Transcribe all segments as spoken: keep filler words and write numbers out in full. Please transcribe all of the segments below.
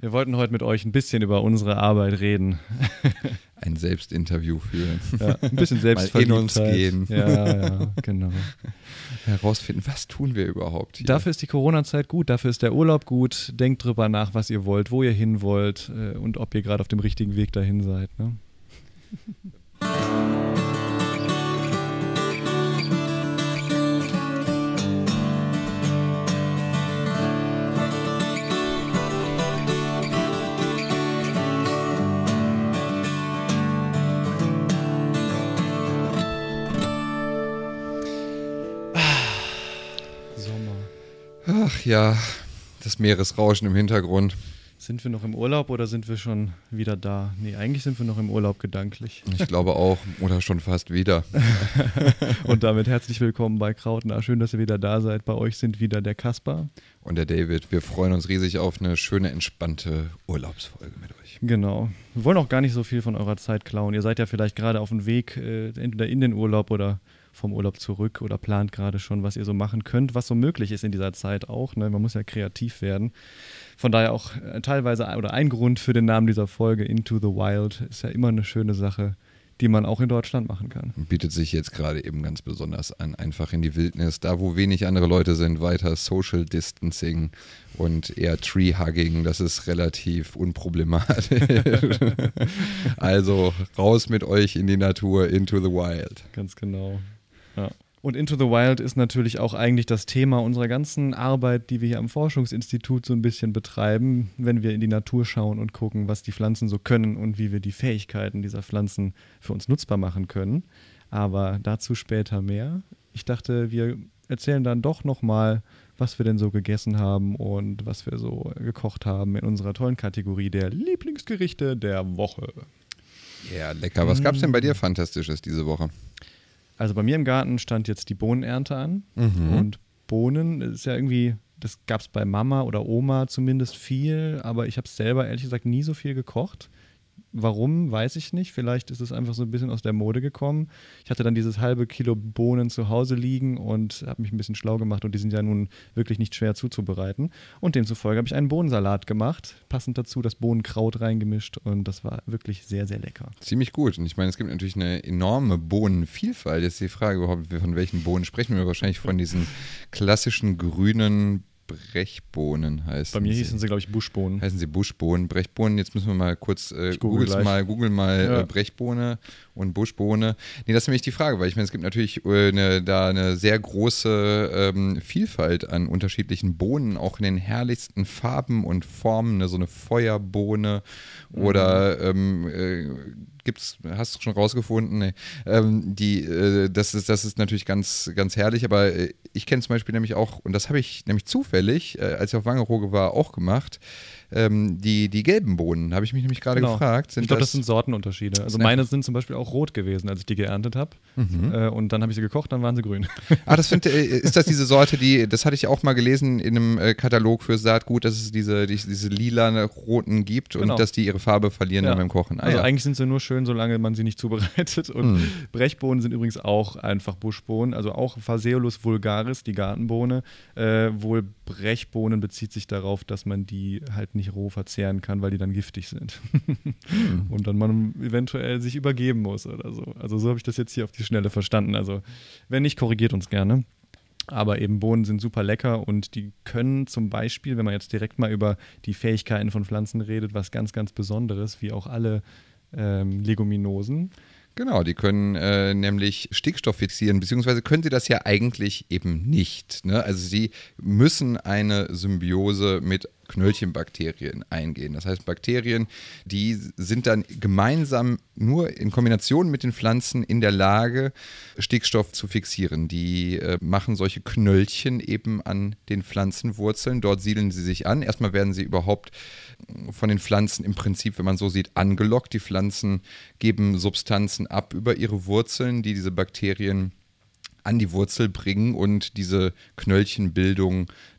Wir wollten heute mit euch ein bisschen über unsere Arbeit reden. Ein Selbstinterview führen. Ja, ein bisschen Selbstverliebtheit. Mal in uns gehen. Ja, ja, genau. Herausfinden, was tun wir überhaupt hier? Dafür ist die Corona-Zeit gut, dafür ist der Urlaub gut. Denkt drüber nach, was ihr wollt, wo ihr hin wollt äh, und ob ihr gerade auf dem richtigen Weg dahin seid. Ne? Ach ja, das Meeresrauschen im Hintergrund. Sind wir noch im Urlaub oder sind wir schon wieder da? Nee, eigentlich sind wir noch im Urlaub gedanklich. Ich glaube auch, oder schon fast wieder. Und damit herzlich willkommen bei Krautnah. Schön, dass ihr wieder da seid. Bei euch sind wieder der Kaspar. Und der David. Wir freuen uns riesig auf eine schöne, entspannte Urlaubsfolge mit euch. Genau. Wir wollen auch gar nicht so viel von eurer Zeit klauen. Ihr seid ja vielleicht gerade auf dem Weg, äh, entweder in den Urlaub oder vom Urlaub zurück oder plant gerade schon, was ihr so machen könnt, was so möglich ist in dieser Zeit auch. Ne? Man muss ja kreativ werden. Von daher auch äh, teilweise oder ein Grund für den Namen dieser Folge, Into the Wild, ist ja immer eine schöne Sache, die man auch in Deutschland machen kann. Bietet sich jetzt gerade eben ganz besonders an, einfach in die Wildnis, da wo wenig andere Leute sind, weiter Social Distancing und eher Tree-Hugging, das ist relativ unproblematisch. Also raus mit euch in die Natur, Into the Wild. Ganz genau. Ja. Und Into the Wild ist natürlich auch eigentlich das Thema unserer ganzen Arbeit, die wir hier am Forschungsinstitut so ein bisschen betreiben, wenn wir in die Natur schauen und gucken, was die Pflanzen so können und wie wir die Fähigkeiten dieser Pflanzen für uns nutzbar machen können. Aber dazu später mehr. Ich dachte, wir erzählen dann doch nochmal, was wir denn so gegessen haben und was wir so gekocht haben in unserer tollen Kategorie der Lieblingsgerichte der Woche. Ja, lecker. Was gab's denn bei dir Fantastisches diese Woche? Also bei mir im Garten stand jetzt die Bohnenernte an. Mhm. Und Bohnen ist ja irgendwie, das gab es bei Mama oder Oma zumindest viel, aber ich habe es selber ehrlich gesagt nie so viel gekocht. Warum, weiß ich nicht. Vielleicht ist es einfach so ein bisschen aus der Mode gekommen. Ich hatte dann dieses halbe Kilo Bohnen zu Hause liegen und habe mich ein bisschen schlau gemacht und die sind ja nun wirklich nicht schwer zuzubereiten. Und demzufolge habe ich einen Bohnensalat gemacht, passend dazu das Bohnenkraut reingemischt und das war wirklich sehr, sehr lecker. Ziemlich gut. Und ich meine, es gibt natürlich eine enorme Bohnenvielfalt. Jetzt die Frage überhaupt, von welchen Bohnen sprechen wir? Wahrscheinlich von diesen klassischen grünen Brechbohnen heißen Bei mir sie. hießen sie, glaube ich, Buschbohnen. Heißen sie Buschbohnen, Brechbohnen. Jetzt müssen wir mal kurz, äh, google googles mal, google mal ja. äh, Brechbohne und Buschbohne. Nee, das ist nämlich die Frage, weil ich meine, es gibt natürlich äh, eine, da eine sehr große ähm, Vielfalt an unterschiedlichen Bohnen, auch in den herrlichsten Farben und Formen, ne? So eine Feuerbohne oder ähm, äh, gibt's, hast du schon rausgefunden? Nee. Ähm, die, äh, das ist, das ist natürlich ganz, ganz herrlich, aber äh, ich kenne zum Beispiel nämlich auch, und das habe ich nämlich zufällig, äh, als ich auf Wangerooge war, auch gemacht, ähm, die, die gelben Bohnen, habe ich mich nämlich gerade Genau. gefragt. Sind ich glaube, das, das sind Sortenunterschiede. Also sind meine einfach- sind zum Beispiel auch rot gewesen, als ich die geerntet habe. Mhm. Äh, und dann habe ich sie gekocht, dann waren sie grün. Ah, das find, äh, ist das diese Sorte, die, das hatte ich auch mal gelesen in einem äh, Katalog für Saatgut, dass es diese, die, diese lila roten gibt Genau. und dass die ihre Farbe verlieren Ja. dann beim Kochen. Ah, Also ja. eigentlich sind sie nur schön, solange man sie nicht zubereitet. Und Mhm. Brechbohnen sind übrigens auch einfach Buschbohnen, also auch Phaseolus vulgaris, die Gartenbohne. Äh, wohl Brechbohnen bezieht sich darauf, dass man die halt nicht roh verzehren kann, weil die dann giftig sind. Mhm. Und dann man eventuell sich übergeben muss oder so. Also so habe ich das jetzt hier auf die Schnelle verstanden. Also wenn nicht, korrigiert uns gerne. Aber eben Bohnen sind super lecker und die können zum Beispiel, wenn man jetzt direkt mal über die Fähigkeiten von Pflanzen redet, was ganz, ganz Besonderes, wie auch alle ähm, Leguminosen. Genau, die können äh, nämlich Stickstoff fixieren, beziehungsweise können sie das ja eigentlich eben nicht. Ne? Also sie müssen eine Symbiose mit Knöllchenbakterien eingehen. Das heißt, Bakterien, die sind dann gemeinsam nur in Kombination mit den Pflanzen in der Lage, Stickstoff zu fixieren. Die äh, machen solche Knöllchen eben an den Pflanzenwurzeln. Dort siedeln sie sich an. Erstmal werden sie überhaupt von den Pflanzen im Prinzip, wenn man so sieht, angelockt. Die Pflanzen geben Substanzen ab über ihre Wurzeln, die diese Bakterien an die Wurzel bringen und diese Knöllchenbildung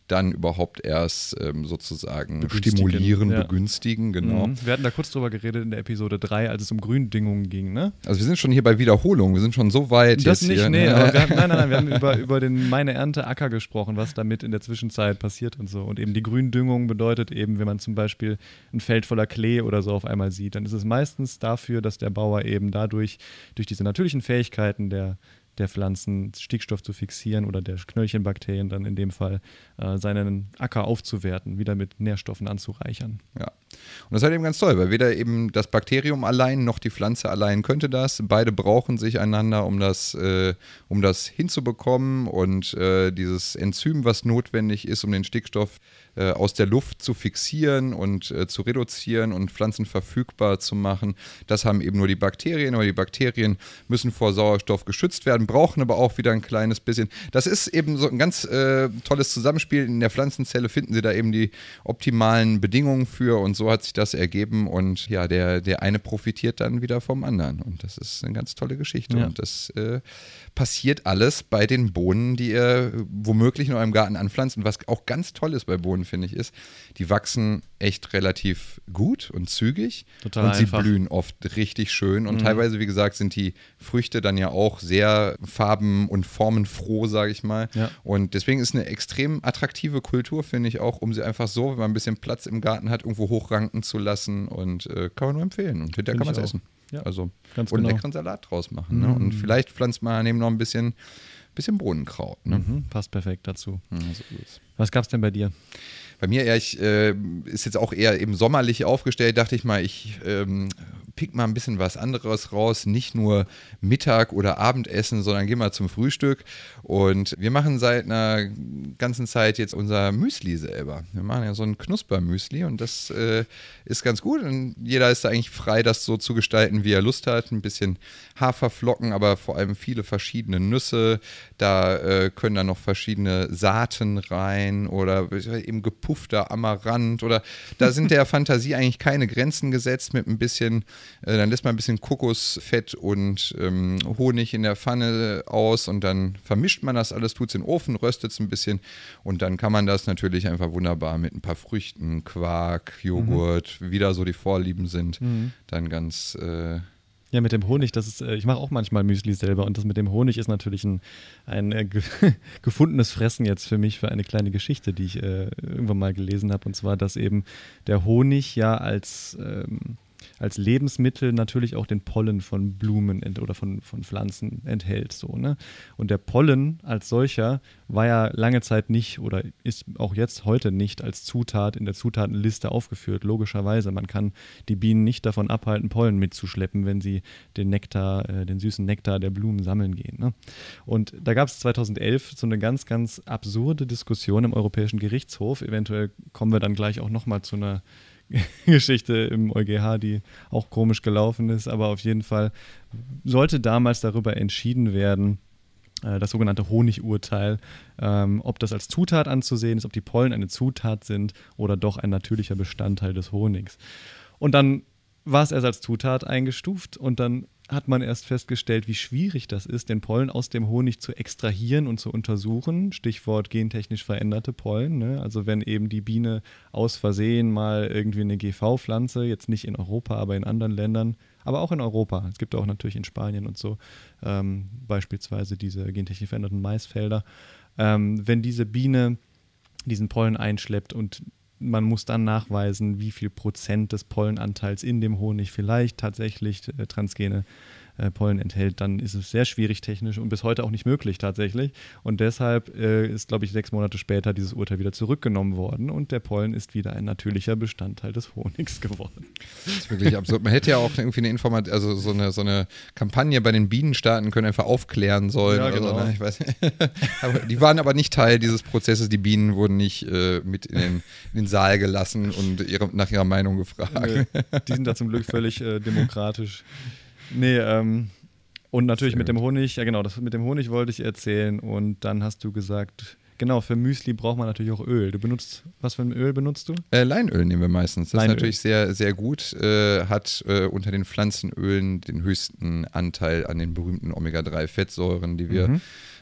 dann überhaupt erst ähm, sozusagen Begünstigen, stimulieren, ja. begünstigen, genau. Mhm. Wir hatten da kurz drüber geredet in der Episode drei, als es um Gründüngung ging, ne? Also wir sind schon hier bei Wiederholung, wir sind schon so weit Das jetzt nicht, hier. nee, ne? aber wir haben, nein, nein, nein, wir haben über, über den Meine Ernte Acker gesprochen, was damit in der Zwischenzeit passiert und so. Und eben die Gründüngung bedeutet eben, wenn man zum Beispiel ein Feld voller Klee oder so auf einmal sieht, dann ist es meistens dafür, dass der Bauer eben dadurch, durch diese natürlichen Fähigkeiten der der Pflanzen Stickstoff zu fixieren oder der Knöllchenbakterien dann in dem Fall äh, seinen Acker aufzuwerten, wieder mit Nährstoffen anzureichern. Ja. Und das ist halt eben ganz toll, weil weder eben das Bakterium allein noch die Pflanze allein könnte das. Beide brauchen sich einander, um das, äh, um das hinzubekommen und äh, dieses Enzym, was notwendig ist, um den Stickstoff äh, aus der Luft zu fixieren und äh, zu reduzieren und Pflanzen verfügbar zu machen, das haben eben nur die Bakterien, aber die Bakterien müssen vor Sauerstoff geschützt werden, brauchen aber auch wieder ein kleines bisschen. Das ist eben so ein ganz äh, tolles Zusammenspiel. In der Pflanzenzelle finden sie da eben die optimalen Bedingungen für und so hat sich das ergeben und ja, der, der eine profitiert dann wieder vom anderen und das ist eine ganz tolle Geschichte Ja. und das äh, passiert alles bei den Bohnen, die ihr womöglich in eurem Garten anpflanzt und was auch ganz toll ist bei Bohnen, finde ich, ist, die wachsen echt relativ gut und zügig Total und einfach. sie blühen oft richtig schön und Mhm. teilweise, wie gesagt, sind die Früchte dann ja auch sehr farben- und formenfroh, sage ich mal. Ja. Und deswegen ist eine extrem attraktive Kultur, finde ich auch, um sie einfach so, wenn man ein bisschen Platz im Garten hat, irgendwo hochranken zu lassen und äh, kann man nur empfehlen. Und hinterher kann man Find es ich auch. essen. Ja, Also ganz und genau. leckeren Salat draus machen. Ne? Mm. Und vielleicht pflanzt man daneben noch ein bisschen, bisschen Bohnenkraut. Ne? Mhm, passt perfekt dazu. Ja, so ist es. Was gab's denn bei dir? Bei mir eher, ich, äh, ist jetzt auch eher eben sommerlich aufgestellt, dachte ich mal, ich ähm, pick mal ein bisschen was anderes raus, nicht nur Mittag oder Abendessen, sondern geh mal zum Frühstück und wir machen seit einer ganzen Zeit jetzt unser Müsli selber. Wir machen ja so ein Knuspermüsli und das äh, ist ganz gut und jeder ist da eigentlich frei, das so zu gestalten, wie er Lust hat. Ein bisschen Haferflocken, aber vor allem viele verschiedene Nüsse, da äh, können dann noch verschiedene Saaten rein oder eben gepuffter Amaranth oder da sind der Fantasie eigentlich keine Grenzen gesetzt mit ein bisschen, äh, dann lässt man ein bisschen Kokosfett und ähm, Honig in der Pfanne aus und dann vermischt man das alles, tut es in den Ofen, röstet es ein bisschen und dann kann man das natürlich einfach wunderbar mit ein paar Früchten, Quark, Joghurt, mhm. wieder so die Vorlieben sind, mhm. dann ganz äh, Ja, mit dem Honig, das ist, äh, ich mache auch manchmal Müsli selber und das mit dem Honig ist natürlich ein, ein äh, ge gefundenes Fressen jetzt für mich für eine kleine Geschichte, die ich äh, irgendwann mal gelesen habe und zwar, dass eben der Honig ja als, ähm, als Lebensmittel natürlich auch den Pollen von Blumen ent oder von, von Pflanzen enthält. So, ne? Und der Pollen als solcher war ja lange Zeit nicht oder ist auch jetzt heute nicht als Zutat in der Zutatenliste aufgeführt, logischerweise. Man kann die Bienen nicht davon abhalten, Pollen mitzuschleppen, wenn sie den Nektar, äh, den süßen Nektar der Blumen sammeln gehen. Ne? Und da gab es zweitausendelf so eine ganz, ganz absurde Diskussion im Europäischen Gerichtshof. Eventuell kommen wir dann gleich auch nochmal zu einer Geschichte im EuGH, die auch komisch gelaufen ist, aber auf jeden Fall sollte damals darüber entschieden werden, äh, das sogenannte Honigurteil, ähm, ob das als Zutat anzusehen ist, ob die Pollen eine Zutat sind oder doch ein natürlicher Bestandteil des Honigs. Und dann war es erst als Zutat eingestuft und dann hat man erst festgestellt, wie schwierig das ist, den Pollen aus dem Honig zu extrahieren und zu untersuchen. Stichwort gentechnisch veränderte Pollen. Ne? Also wenn eben die Biene aus Versehen mal irgendwie eine G V-Pflanze, jetzt nicht in Europa, aber in anderen Ländern, aber auch in Europa, es gibt auch natürlich in Spanien und so, ähm, beispielsweise diese gentechnisch veränderten Maisfelder, ähm, wenn diese Biene diesen Pollen einschleppt und man muss dann nachweisen, wie viel Prozent des Pollenanteils in dem Honig vielleicht tatsächlich äh, transgene äh, Pollen enthält, dann ist es sehr schwierig technisch und bis heute auch nicht möglich tatsächlich. Und deshalb äh, ist, glaube ich, sechs Monate später dieses Urteil wieder zurückgenommen worden und der Pollen ist wieder ein natürlicher Bestandteil des Honigs geworden. Das ist wirklich absurd. Man hätte ja auch irgendwie eine Information, also so eine, so eine Kampagne bei den Bienen starten können, einfach aufklären sollen. Ja, oder genau. so, ne? Ich weiß nicht. Aber die waren aber nicht Teil dieses Prozesses. Die Bienen wurden nicht äh, mit in den, in den Saal gelassen und ihre, nach ihrer Meinung gefragt. Nee, die sind da zum Glück völlig äh, demokratisch. Nee, ähm, und natürlich Sehr mit gut. dem Honig, ja genau, das mit dem Honig wollte ich erzählen und dann hast du gesagt, genau, für Müsli braucht man natürlich auch Öl. Du benutzt, was für ein Öl benutzt du? Äh, Leinöl nehmen wir meistens. Das Leinöl. ist natürlich sehr, sehr gut. Äh, hat äh, unter den Pflanzenölen den höchsten Anteil an den berühmten Omega drei Fettsäuren, die wir Mhm.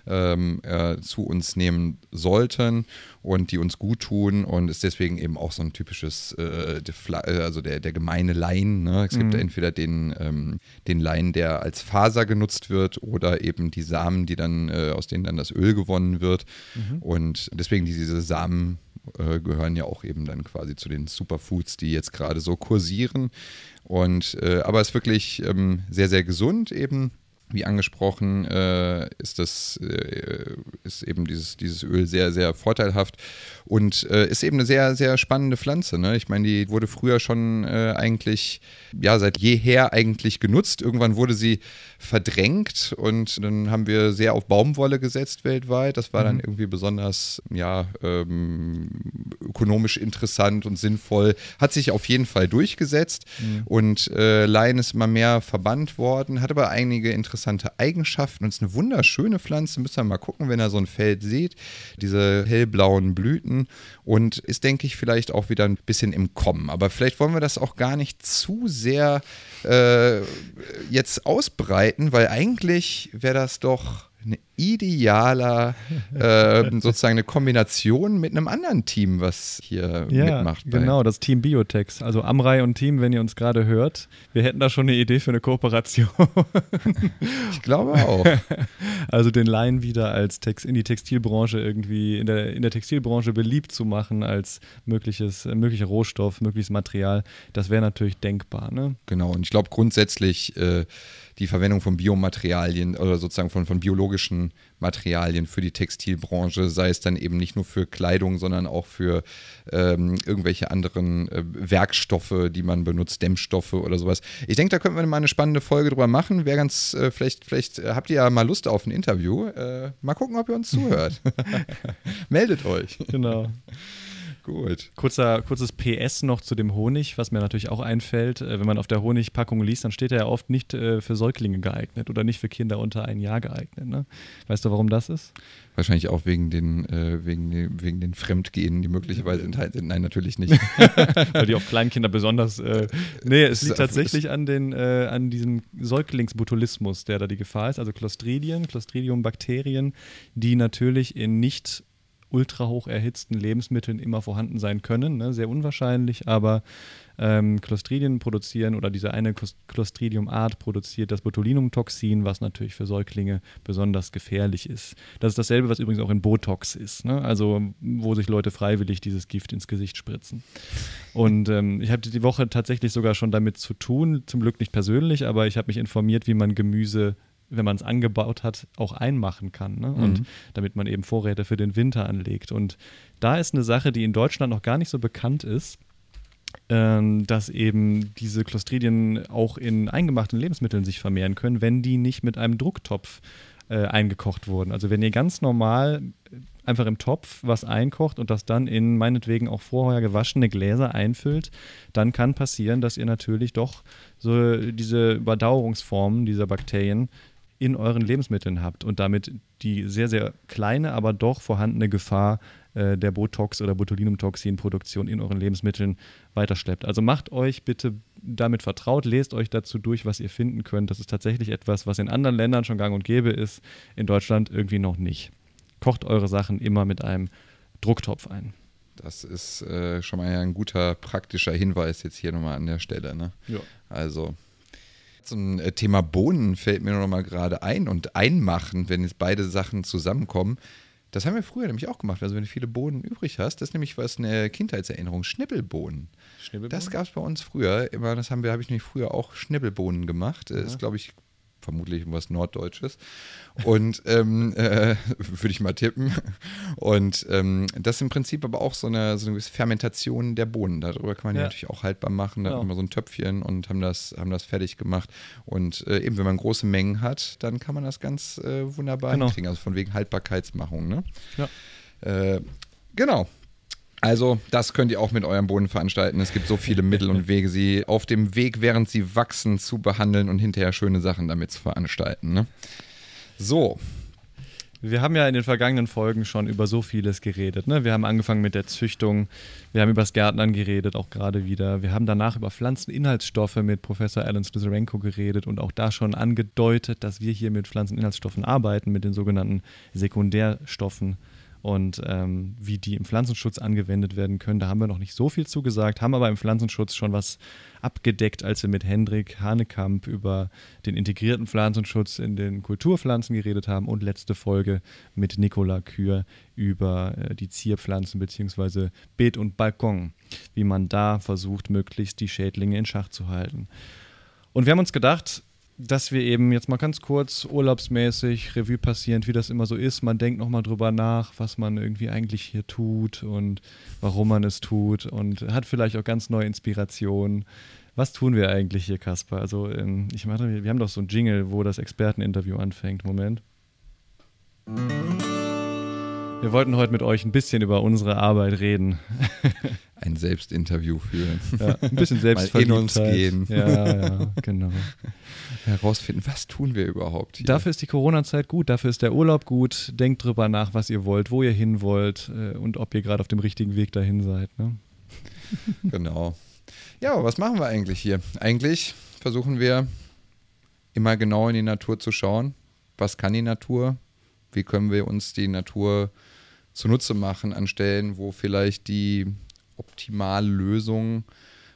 ähm, äh, zu uns nehmen sollten und die uns gut tun und ist deswegen eben auch so ein typisches, äh, also der, der gemeine Lein. Ne? Es gibt Mhm. entweder den, ähm, den Lein, der als Faser genutzt wird oder eben die Samen, die dann, äh, aus denen dann das Öl gewonnen wird. Mhm. Und deswegen diese Samen äh, gehören ja auch eben dann quasi zu den Superfoods, die jetzt gerade so kursieren. Und äh, aber es ist wirklich ähm, sehr, sehr gesund eben. Wie angesprochen, äh, ist das äh, ist eben dieses, dieses Öl sehr, sehr vorteilhaft und äh, ist eben eine sehr, sehr spannende Pflanze. Ne? Ich meine, die wurde früher schon äh, eigentlich, ja, seit jeher eigentlich genutzt. Irgendwann wurde sie verdrängt und dann haben wir sehr auf Baumwolle gesetzt weltweit. Das war mhm. dann irgendwie besonders, ja, ähm, ökonomisch interessant und sinnvoll. Hat sich auf jeden Fall durchgesetzt mhm. und äh, Lein ist immer mehr verbannt worden, hat aber einige interessante Eigenschaften und ist eine wunderschöne Pflanze. Müsst ihr mal gucken, wenn ihr so ein Feld seht. Diese hellblauen Blüten und ist, denke ich, vielleicht auch wieder ein bisschen im Kommen. Aber vielleicht wollen wir das auch gar nicht zu sehr äh, jetzt ausbreiten, weil eigentlich wäre das doch ein idealer, äh, sozusagen eine Kombination mit einem anderen Team, was hier ja, mitmacht. Genau, das Team Biotex. Also Amrei und Team, wenn ihr uns gerade hört, wir hätten da schon eine Idee für eine Kooperation. Ich glaube auch. Also den Lein wieder als Text in die Textilbranche irgendwie, in der, in der Textilbranche beliebt zu machen als mögliches, möglicher Rohstoff, mögliches Material, das wäre natürlich denkbar. Ne? Genau, und ich glaube grundsätzlich äh, die Verwendung von Biomaterialien oder sozusagen von, von biologischen Materialien für die Textilbranche, sei es dann eben nicht nur für Kleidung, sondern auch für ähm, irgendwelche anderen äh, Werkstoffe, die man benutzt, Dämmstoffe oder sowas. Ich denke, da könnten wir mal eine spannende Folge drüber machen. Wäre ganz, äh, vielleicht, vielleicht habt ihr ja mal Lust auf ein Interview. Äh, mal gucken, ob ihr uns zuhört. Meldet euch. Genau. Gut. Kurzer, kurzes P S noch zu dem Honig, was mir natürlich auch einfällt. Äh, wenn man auf der Honigpackung liest, dann steht er ja oft nicht äh, für Säuglinge geeignet oder nicht für Kinder unter ein Jahr geeignet. Ne? Weißt du, warum das ist? Wahrscheinlich auch wegen den, äh, wegen, den, wegen den Fremdgenen, die möglicherweise enthalten sind. Nein, natürlich nicht. Weil die auf Kleinkinder besonders. Äh, nee, es liegt tatsächlich an, den, äh, an diesem Säuglingsbotulismus, der da die Gefahr ist. Also Clostridien, Clostridium-Bakterien, die natürlich in nicht ultra hoch erhitzten Lebensmitteln immer vorhanden sein können. Ne? Sehr unwahrscheinlich, aber ähm, Clostridien produzieren oder diese eine Clostridium-Art produziert das Botulinumtoxin, was natürlich für Säuglinge besonders gefährlich ist. Das ist dasselbe, was übrigens auch in Botox ist. Ne? Also wo sich Leute freiwillig dieses Gift ins Gesicht spritzen. Und ähm, ich hatte die Woche tatsächlich sogar schon damit zu tun, zum Glück nicht persönlich, aber ich habe mich informiert, wie man Gemüse, wenn man es angebaut hat, auch einmachen kann. Ne? Und mhm. damit man eben Vorräte für den Winter anlegt. Und da ist eine Sache, die in Deutschland noch gar nicht so bekannt ist, ähm, dass eben diese Clostridien auch in eingemachten Lebensmitteln sich vermehren können, wenn die nicht mit einem Drucktopf äh, eingekocht wurden. Also wenn ihr ganz normal einfach im Topf was einkocht und das dann in meinetwegen auch vorher gewaschene Gläser einfüllt, dann kann passieren, dass ihr natürlich doch so diese Überdauerungsformen dieser Bakterien in euren Lebensmitteln habt und damit die sehr, sehr kleine, aber doch vorhandene Gefahr äh, der Botox- oder Botulinumtoxinproduktion in euren Lebensmitteln weiterschleppt. Also macht euch bitte damit vertraut, lest euch dazu durch, was ihr finden könnt. Das ist tatsächlich etwas, was in anderen Ländern schon gang und gäbe ist, in Deutschland irgendwie noch nicht. Kocht eure Sachen immer mit einem Drucktopf ein. Das ist äh, schon mal ein guter praktischer Hinweis jetzt hier nochmal an der Stelle. Ne? Ja. Also so ein Thema Bohnen fällt mir noch mal gerade ein und einmachen, wenn jetzt beide Sachen zusammenkommen. Das haben wir früher nämlich auch gemacht. Also wenn du viele Bohnen übrig hast, das ist nämlich was eine Kindheitserinnerung. Schnibbelbohnen. Schnibbelbohnen? Das gab es bei uns früher. Immer, das haben wir, habe ich nämlich früher auch Schnibbelbohnen gemacht. Das ja. ist, glaube ich, vermutlich was Norddeutsches. Und ähm, äh, würde ich mal tippen. Und ähm, das ist im Prinzip aber auch so eine, so eine Fermentation der Bohnen. Darüber kann man ja. die natürlich auch haltbar machen. Da ja. haben wir so ein Töpfchen und haben das, haben das fertig gemacht. Und äh, eben, wenn man große Mengen hat, dann kann man das ganz äh, wunderbar genau. hinkriegen. Also von wegen Haltbarkeitsmachung. Ne? Ja. Äh, genau. Also das könnt ihr auch mit eurem Bohnen veranstalten. Es gibt so viele Mittel und Wege, sie auf dem Weg, während sie wachsen, zu behandeln und hinterher schöne Sachen damit zu veranstalten. Ne? So, Wir haben ja in den vergangenen Folgen schon über so vieles geredet. Ne? Wir haben angefangen mit der Züchtung, wir haben über das Gärtnern geredet, auch gerade wieder. Wir haben danach über Pflanzeninhaltsstoffe mit Professor Alan Sluzerenko geredet und auch da schon angedeutet, dass wir hier mit Pflanzeninhaltsstoffen arbeiten, mit den sogenannten Sekundärstoffen. Und ähm, wie die im Pflanzenschutz angewendet werden können, da haben wir noch nicht so viel zugesagt, haben aber im Pflanzenschutz schon was abgedeckt, als wir mit Hendrik Hanekamp über den integrierten Pflanzenschutz in den Kulturpflanzen geredet haben und letzte Folge mit Nicola Kür über äh, die Zierpflanzen bzw. Beet und Balkon, wie man da versucht, möglichst die Schädlinge in Schach zu halten. Und wir haben uns gedacht, dass wir eben jetzt mal ganz kurz urlaubsmäßig, Revue passierend, wie das immer so ist, man denkt nochmal drüber nach, was man irgendwie eigentlich hier tut und warum man es tut und hat vielleicht auch ganz neue Inspirationen. Was tun wir eigentlich hier, Kaspar? Also ähm, ich meine, wir haben doch so ein Jingle, wo das Experteninterview anfängt. Moment. Wir wollten heute mit euch ein bisschen über unsere Arbeit reden. Ein Selbstinterview führen. Ja, ein bisschen Selbstverliebtheit. Mal in uns gehen. Ja, ja, genau. Herausfinden, was tun wir überhaupt hier? Dafür ist die Corona-Zeit gut, dafür ist der Urlaub gut. Denkt drüber nach, was ihr wollt, wo ihr hin wollt äh, und ob ihr gerade auf dem richtigen Weg dahin seid. Ne? Genau. Ja, aber was machen wir eigentlich hier? Eigentlich versuchen wir immer genau in die Natur zu schauen. Was kann die Natur? Wie können wir uns die Natur zunutze machen an Stellen, wo vielleicht die optimale Lösung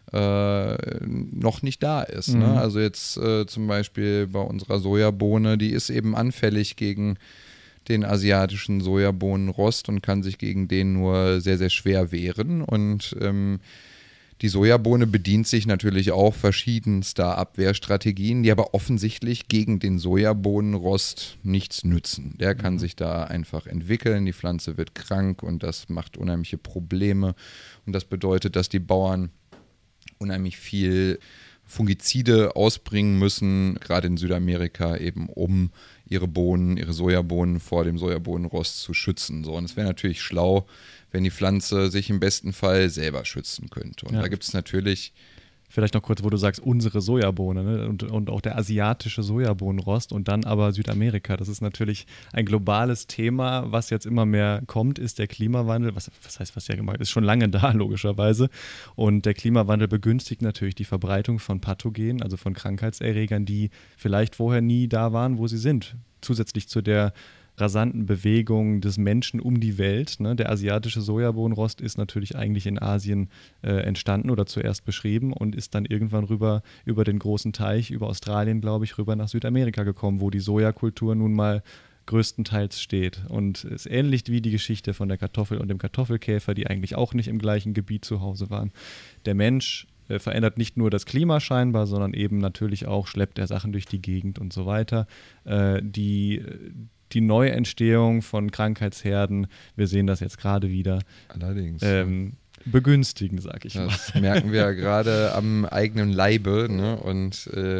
äh, noch nicht da ist. Mhm. Ne? Also jetzt äh, zum Beispiel bei unserer Sojabohne, die ist eben anfällig gegen den asiatischen Sojabohnenrost und kann sich gegen den nur sehr, sehr schwer wehren. Und ähm, die Sojabohne bedient sich natürlich auch verschiedenster Abwehrstrategien, die aber offensichtlich gegen den Sojabohnenrost nichts nützen. Der kann mhm. sich da einfach entwickeln, die Pflanze wird krank und das macht unheimliche Probleme. Und das bedeutet, dass die Bauern unheimlich viel Fungizide ausbringen müssen, gerade in Südamerika eben, um ihre Bohnen, ihre Sojabohnen vor dem Sojabohnenrost zu schützen. So, und es wäre natürlich schlau, wenn die Pflanze sich im besten Fall selber schützen könnte. Und ja. da gibt es natürlich... Vielleicht noch kurz, wo du sagst, unsere Sojabohne, ne? und, und auch der asiatische Sojabohnenrost und dann aber Südamerika. Das ist natürlich ein globales Thema, was jetzt immer mehr kommt, ist der Klimawandel. Was, was heißt, was ja gemeint ist, schon lange da, logischerweise. Und der Klimawandel begünstigt natürlich die Verbreitung von Pathogenen, also von Krankheitserregern, die vielleicht vorher nie da waren, wo sie sind. Zusätzlich zu der rasanten Bewegung des Menschen um die Welt. Ne? Der asiatische Sojabohnenrost ist natürlich eigentlich in Asien äh, entstanden oder zuerst beschrieben und ist dann irgendwann rüber über den großen Teich, über Australien, glaube ich, rüber nach Südamerika gekommen, wo die Sojakultur nun mal größtenteils steht. Und es ist ähnlich wie die Geschichte von der Kartoffel und dem Kartoffelkäfer, die eigentlich auch nicht im gleichen Gebiet zu Hause waren. Der Mensch äh, verändert nicht nur das Klima scheinbar, sondern eben natürlich auch schleppt er Sachen durch die Gegend und so weiter. Äh, die Die Neuentstehung von Krankheitsherden, wir sehen das jetzt gerade wieder, allerdings ähm, begünstigen, sag ich das mal. Das merken wir ja gerade am eigenen Leibe, ne? Und äh,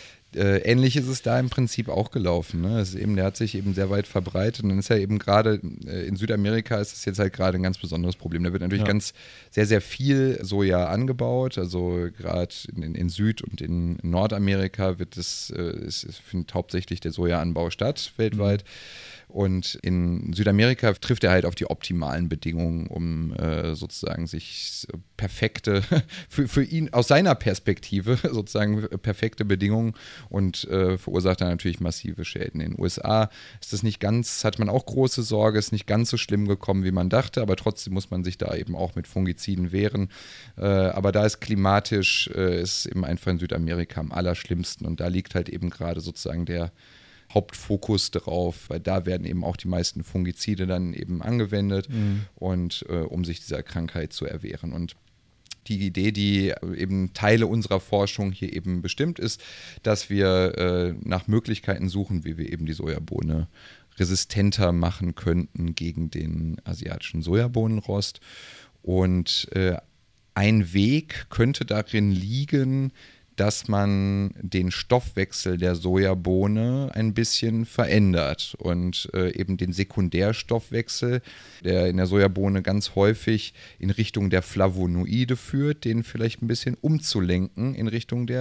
äh, ähnlich ist es da im Prinzip auch gelaufen. Ne? Es ist eben, der hat sich eben sehr weit verbreitet und dann ist ja eben gerade äh, in Südamerika ist das jetzt halt gerade ein ganz besonderes Problem. Da wird natürlich ja. ganz sehr, sehr viel Soja angebaut, also gerade in, in Süd- und in Nordamerika wird es, äh, es, es findet hauptsächlich der Sojaanbau statt weltweit. Mhm. Und in Südamerika trifft er halt auf die optimalen Bedingungen, um äh, sozusagen sich perfekte, für, für ihn aus seiner Perspektive sozusagen perfekte Bedingungen und äh, verursacht dann natürlich massive Schäden. In den U S A ist das nicht ganz, hat man auch große Sorge, ist nicht ganz so schlimm gekommen, wie man dachte, aber trotzdem muss man sich da eben auch mit Fungiziden wehren. Äh, aber da ist klimatisch, äh, ist eben einfach in Südamerika am allerschlimmsten und da liegt halt eben gerade sozusagen der Hauptfokus drauf, weil da werden eben auch die meisten Fungizide dann eben angewendet mhm. und äh, um sich dieser Krankheit zu erwehren. Und die Idee, die eben Teile unserer Forschung hier eben bestimmt ist, dass wir äh, nach Möglichkeiten suchen, wie wir eben die Sojabohne resistenter machen könnten gegen den asiatischen Sojabohnenrost. Und äh, ein Weg könnte darin liegen, dass man den Stoffwechsel der Sojabohne ein bisschen verändert und äh, eben den Sekundärstoffwechsel, der in der Sojabohne ganz häufig in Richtung der Flavonoide führt, den vielleicht ein bisschen umzulenken in Richtung der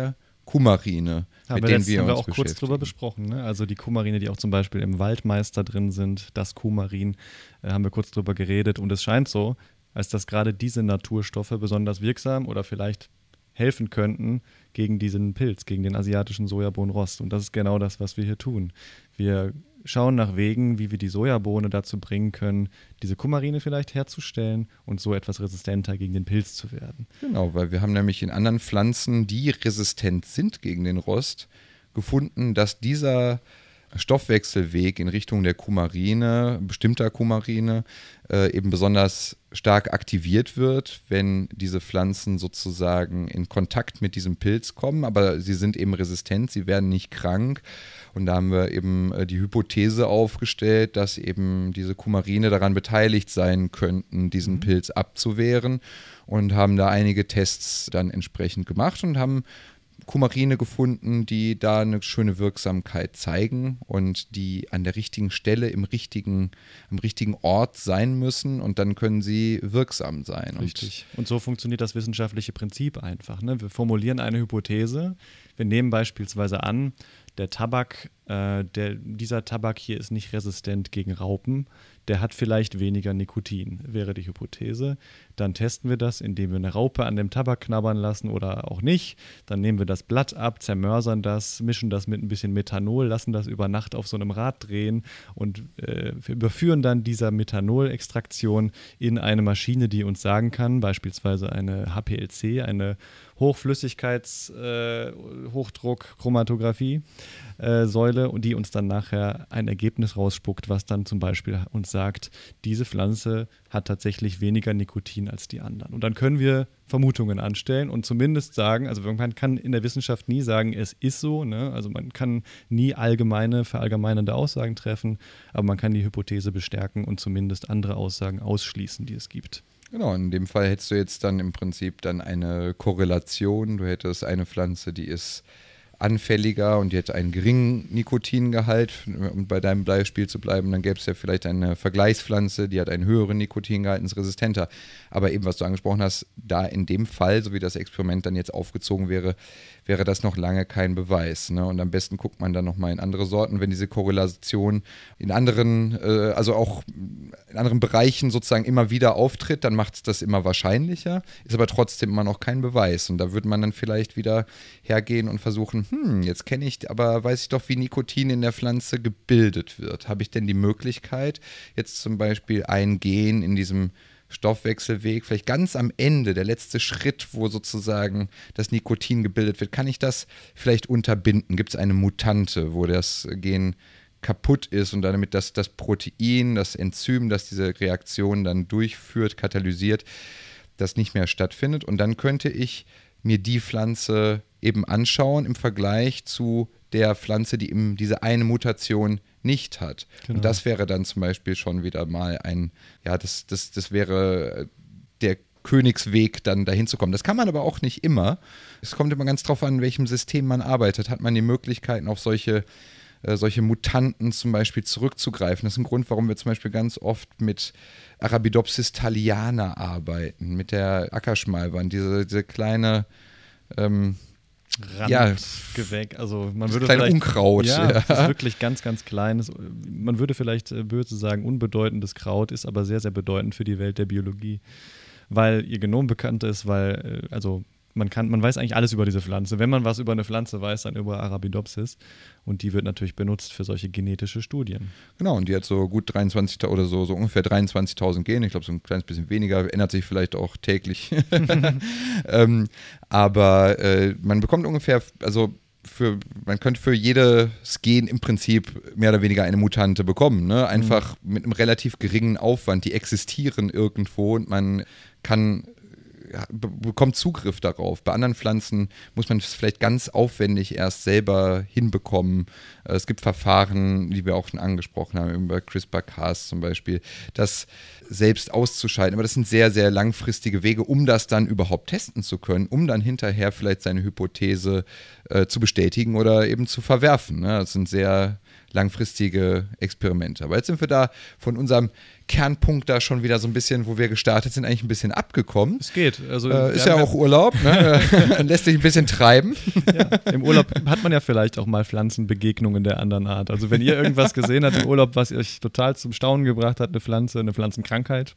Kumarine, haben mit wir denen wir haben uns wir auch kurz drüber besprochen. Ne? Also die Kumarine, die auch zum Beispiel im Waldmeister drin sind, das Kumarin, äh, haben wir kurz drüber geredet. Und es scheint so, als dass gerade diese Naturstoffe besonders wirksam oder vielleicht helfen könnten gegen diesen Pilz, gegen den asiatischen Sojabohnenrost. Und das ist genau das, was wir hier tun. Wir schauen nach Wegen, wie wir die Sojabohne dazu bringen können, diese Kumarine vielleicht herzustellen und so etwas resistenter gegen den Pilz zu werden. Genau, weil wir haben nämlich in anderen Pflanzen, die resistent sind gegen den Rost, gefunden, dass dieser Stoffwechselweg in Richtung der Kumarine, bestimmter Kumarine, äh, eben besonders stark aktiviert wird, wenn diese Pflanzen sozusagen in Kontakt mit diesem Pilz kommen, aber sie sind eben resistent, sie werden nicht krank. Und da haben wir eben äh, die Hypothese aufgestellt, dass eben diese Kumarine daran beteiligt sein könnten, diesen mhm. Pilz abzuwehren, und haben da einige Tests dann entsprechend gemacht und haben Kumarine gefunden, die da eine schöne Wirksamkeit zeigen und die an der richtigen Stelle im richtigen, am richtigen Ort sein müssen, und dann können sie wirksam sein. Richtig. Und, und so funktioniert das wissenschaftliche Prinzip einfach. Ne? Wir formulieren eine Hypothese. Wir nehmen beispielsweise an, der Tabak, äh, der, dieser Tabak hier ist nicht resistent gegen Raupen, der hat vielleicht weniger Nikotin, wäre die Hypothese. Dann testen wir das, indem wir eine Raupe an dem Tabak knabbern lassen oder auch nicht. Dann nehmen wir das Blatt ab, zermörsern das, mischen das mit ein bisschen Methanol, lassen das über Nacht auf so einem Rad drehen und äh, wir überführen dann diese Methanolextraktion in eine Maschine, die uns sagen kann, beispielsweise eine H P L C, eine Hochflüssigkeits-Hochdruck-Chromatographie äh, Säule, und die uns dann nachher ein Ergebnis rausspuckt, was dann zum Beispiel uns sagt, diese Pflanze hat tatsächlich weniger Nikotin als die anderen. Und dann können wir Vermutungen anstellen und zumindest sagen, also man kann in der Wissenschaft nie sagen, es ist so, ne? Also man kann nie allgemeine, verallgemeinernde Aussagen treffen, aber man kann die Hypothese bestärken und zumindest andere Aussagen ausschließen, die es gibt. Genau, in dem Fall hättest du jetzt dann im Prinzip dann eine Korrelation. Du hättest eine Pflanze, die ist anfälliger und die hätte einen geringen Nikotingehalt, um bei deinem Beispiel zu bleiben, dann gäbe es ja vielleicht eine Vergleichspflanze, die hat einen höheren Nikotingehalt und ist resistenter. Aber eben, was du angesprochen hast, da in dem Fall, so wie das Experiment dann jetzt aufgezogen wäre, wäre das noch lange kein Beweis. Ne? Und am besten guckt man dann nochmal in andere Sorten, wenn diese Korrelation in anderen, äh, also auch in anderen Bereichen sozusagen immer wieder auftritt, dann macht es das immer wahrscheinlicher, ist aber trotzdem immer noch kein Beweis. Und da würde man dann vielleicht wieder hergehen und versuchen, hm, jetzt kenne ich, aber weiß ich doch, wie Nikotin in der Pflanze gebildet wird. Habe ich denn die Möglichkeit, jetzt zum Beispiel ein Gen in diesem Stoffwechselweg, vielleicht ganz am Ende, der letzte Schritt, wo sozusagen das Nikotin gebildet wird, kann ich das vielleicht unterbinden? Gibt es eine Mutante, wo das Gen kaputt ist und damit das, das Protein, das Enzym, das diese Reaktion dann durchführt, katalysiert, das nicht mehr stattfindet? Und dann könnte ich mir die Pflanze eben anschauen im Vergleich zu der Pflanze, die eben diese eine Mutation nicht hat. Genau. Und das wäre dann zum Beispiel schon wieder mal ein, ja, das, das, das wäre der Königsweg, dann dahin zu kommen. Das kann man aber auch nicht immer. Es kommt immer ganz drauf an, in welchem System man arbeitet. Hat man die Möglichkeiten, auf solche, äh, solche Mutanten zum Beispiel zurückzugreifen? Das ist ein Grund, warum wir zum Beispiel ganz oft mit Arabidopsis thaliana arbeiten, mit der Ackerschmalwand, diese, diese kleine ähm, Randgewächs, ja, also man würde kleine vielleicht, Unkraut. Ja, ja. das ist wirklich ganz, ganz kleines, man würde vielleicht böse sagen, unbedeutendes Kraut, ist aber sehr, sehr bedeutend für die Welt der Biologie, weil ihr Genom bekannt ist, weil, also man kann, man weiß eigentlich alles über diese Pflanze. Wenn man was über eine Pflanze weiß, dann über Arabidopsis, und die wird natürlich benutzt für solche genetische Studien. Genau, und die hat so gut dreiundzwanzig oder so, so ungefähr dreiundzwanzigtausend Gene, ich glaube so ein kleines bisschen weniger, ändert sich vielleicht auch täglich. ähm, aber äh, man bekommt ungefähr, also für, man könnte für jedes Gen im Prinzip mehr oder weniger eine Mutante bekommen, ne? Einfach mhm. mit einem relativ geringen Aufwand, die existieren irgendwo und man kann bekommt Zugriff darauf. Bei anderen Pflanzen muss man es vielleicht ganz aufwendig erst selber hinbekommen. Es gibt Verfahren, die wir auch schon angesprochen haben, über CRISPR-Cas zum Beispiel, das selbst auszuschalten. Aber das sind sehr, sehr langfristige Wege, um das dann überhaupt testen zu können, um dann hinterher vielleicht seine Hypothese äh, zu bestätigen oder eben zu verwerfen. Ne? Das sind sehr langfristige Experimente. Aber jetzt sind wir da von unserem Kernpunkt da schon wieder so ein bisschen, wo wir gestartet sind, eigentlich ein bisschen abgekommen. Es geht. Also, äh, ist ja auch Urlaub, ne? Lässt sich ein bisschen treiben. Ja, im Urlaub hat man ja vielleicht auch mal Pflanzenbegegnungen der anderen Art. Also wenn ihr irgendwas gesehen habt im Urlaub, was euch total zum Staunen gebracht hat, eine Pflanze, eine Pflanzenkrankheit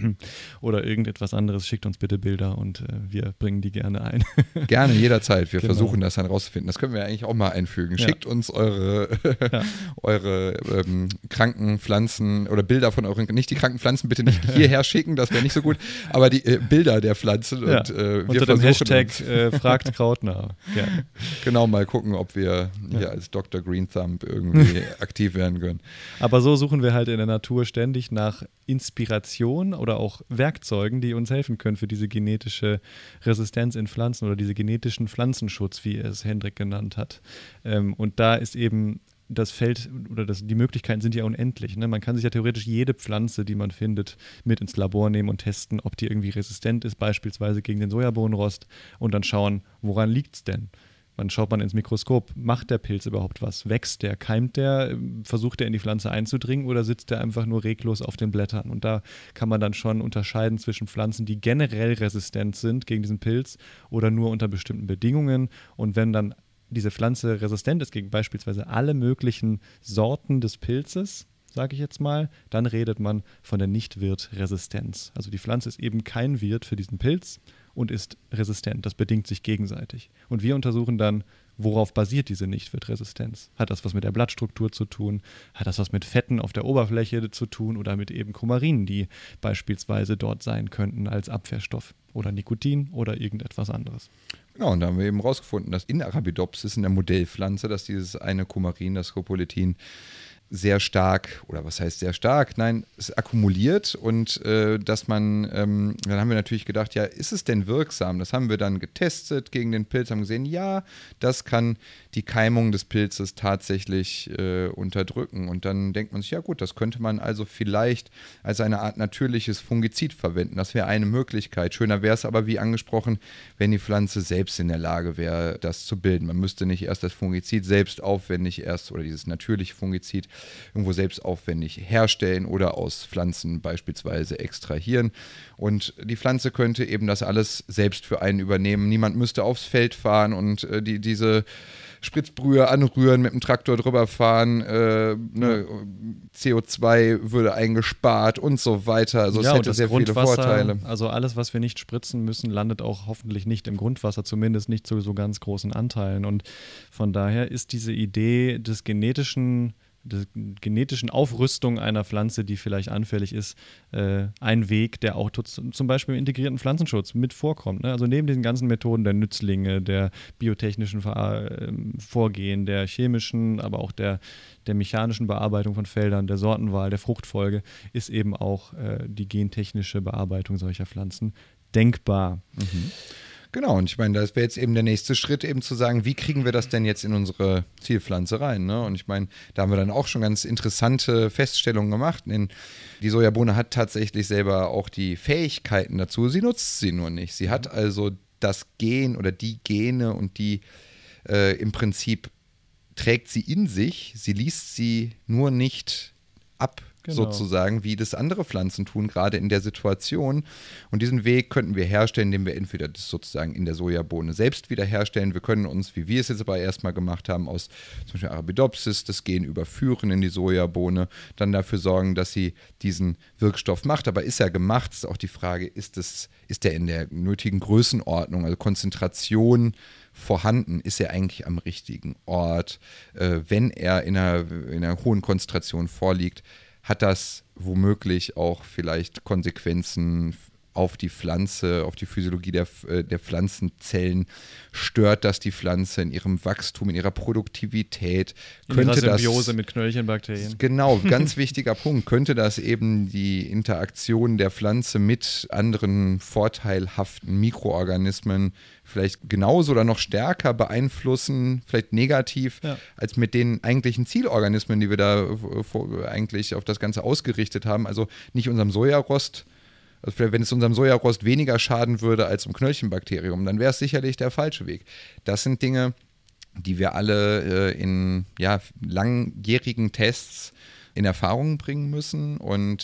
oder irgendetwas anderes, schickt uns bitte Bilder und äh, wir bringen die gerne ein. Gerne, jederzeit. Wir Genau. versuchen das dann rauszufinden. Das können wir eigentlich auch mal einfügen. Ja. Schickt uns eure, Ja. eure ähm, kranken Pflanzen oder Bilder von euren, nicht die kranken Pflanzen bitte nicht hierher schicken, das wäre nicht so gut, aber die äh, Bilder der Pflanzen Ja. und äh, wir unter dem versuchen Hashtag uns, äh, fragt Krautnah. Ja. genau mal gucken, ob wir hier Ja. als Doktor Green Thumb irgendwie aktiv werden können. Aber so suchen wir halt in der Natur ständig nach Inspiration oder auch Werkzeugen, die uns helfen können für diese genetische Resistenz in Pflanzen oder diese genetischen Pflanzenschutz, wie es Hendrik genannt hat. Ähm, und da ist eben das Feld oder das, die Möglichkeiten sind ja unendlich. Ne? Man kann sich ja theoretisch jede Pflanze, die man findet, mit ins Labor nehmen und testen, ob die irgendwie resistent ist, beispielsweise gegen den Sojabohnenrost und dann schauen, woran liegt es denn? Dann schaut man ins Mikroskop, macht der Pilz überhaupt was? Wächst der, keimt der, versucht der in die Pflanze einzudringen oder sitzt der einfach nur reglos auf den Blättern? Und da kann man dann schon unterscheiden zwischen Pflanzen, die generell resistent sind gegen diesen Pilz oder nur unter bestimmten Bedingungen. Und wenn dann diese Pflanze resistent ist gegen beispielsweise alle möglichen Sorten des Pilzes, sage ich jetzt mal, dann redet man von der Nicht-Wirt-Resistenz. Also die Pflanze ist eben kein Wirt für diesen Pilz und ist resistent. Das bedingt sich gegenseitig. Und wir untersuchen dann, worauf basiert diese Nicht-Wirt-Resistenz? Hat das was mit der Blattstruktur zu tun? Hat das was mit Fetten auf der Oberfläche zu tun oder mit eben Kumarinen, die beispielsweise dort sein könnten als Abwehrstoff? Oder Nikotin oder irgendetwas anderes. Genau, und da haben wir eben rausgefunden, dass in Arabidopsis, in der Modellpflanze, dass dieses eine Kumarin, das Scopoletin, sehr stark, oder was heißt sehr stark? Nein, es akkumuliert und äh, dass man, ähm, dann haben wir natürlich gedacht, ja, ist es denn wirksam? Das haben wir dann getestet gegen den Pilz, haben gesehen, ja, das kann die Keimung des Pilzes tatsächlich äh, unterdrücken. Und dann denkt man sich, ja gut, das könnte man also vielleicht als eine Art natürliches Fungizid verwenden. Das wäre eine Möglichkeit. Schöner wäre es aber, wie angesprochen, wenn die Pflanze selbst in der Lage wäre, das zu bilden. Man müsste nicht erst das Fungizid selbst aufwendig erst oder dieses natürliche Fungizid irgendwo selbst aufwendig herstellen oder aus Pflanzen beispielsweise extrahieren. Und die Pflanze könnte eben das alles selbst für einen übernehmen. Niemand müsste aufs Feld fahren und äh, die, diese Spritzbrühe anrühren, mit dem Traktor drüber fahren, äh, ne, C O zwei würde eingespart und so weiter. Also es ja, hätte sehr viele Vorteile. Also alles, was wir nicht spritzen müssen, landet auch hoffentlich nicht im Grundwasser, zumindest nicht zu so ganz großen Anteilen. Und von daher ist diese Idee des genetischen der genetischen Aufrüstung einer Pflanze, die vielleicht anfällig ist, äh, ein Weg, der auch zum Beispiel im integrierten Pflanzenschutz mit vorkommt. Ne? Also neben diesen ganzen Methoden der Nützlinge, der biotechnischen Ver- äh, Vorgehen, der chemischen, aber auch der, der mechanischen Bearbeitung von Feldern, der Sortenwahl, der Fruchtfolge, ist eben auch äh, die gentechnische Bearbeitung solcher Pflanzen denkbar. Mhm. Genau, und ich meine, das wäre jetzt eben der nächste Schritt, eben zu sagen, wie kriegen wir das denn jetzt in unsere Zielpflanze rein? Ne? Und ich meine, da haben wir dann auch schon ganz interessante Feststellungen gemacht. Denn die Sojabohne hat tatsächlich selber auch die Fähigkeiten dazu, sie nutzt sie nur nicht. Sie hat also das Gen oder die Gene und die äh, im Prinzip trägt sie in sich, sie liest sie nur nicht ab. Genau. Sozusagen, wie das andere Pflanzen tun, gerade in der Situation. Und diesen Weg könnten wir herstellen, indem wir entweder das sozusagen in der Sojabohne selbst wieder herstellen. Wir können uns, wie wir es jetzt aber erstmal gemacht haben, aus zum Beispiel Arabidopsis das Gen überführen in die Sojabohne, dann dafür sorgen, dass sie diesen Wirkstoff macht. Aber ist er gemacht, ist auch die Frage, ist, das, ist der in der nötigen Größenordnung, also Konzentration vorhanden, ist er eigentlich am richtigen Ort? Äh, wenn er in einer, in einer hohen Konzentration vorliegt, hat das womöglich auch vielleicht Konsequenzen auf die Pflanze, auf die Physiologie der, der Pflanzenzellen? Stört das die Pflanze in ihrem Wachstum, in ihrer Produktivität? In könnte ihrer Symbiose das, mit Knöllchenbakterien. Genau, ganz wichtiger Punkt. Könnte das eben die Interaktion der Pflanze mit anderen vorteilhaften Mikroorganismen vielleicht genauso oder noch stärker beeinflussen, vielleicht negativ, ja, als mit den eigentlichen Zielorganismen, die wir da eigentlich auf das Ganze ausgerichtet haben? Also nicht unserem Sojarost, also vielleicht, wenn es unserem Sojarost weniger schaden würde als dem Knöllchenbakterium, dann wäre es sicherlich der falsche Weg. Das sind Dinge, die wir alle äh, in ja, langjährigen Tests in Erfahrung bringen müssen. Und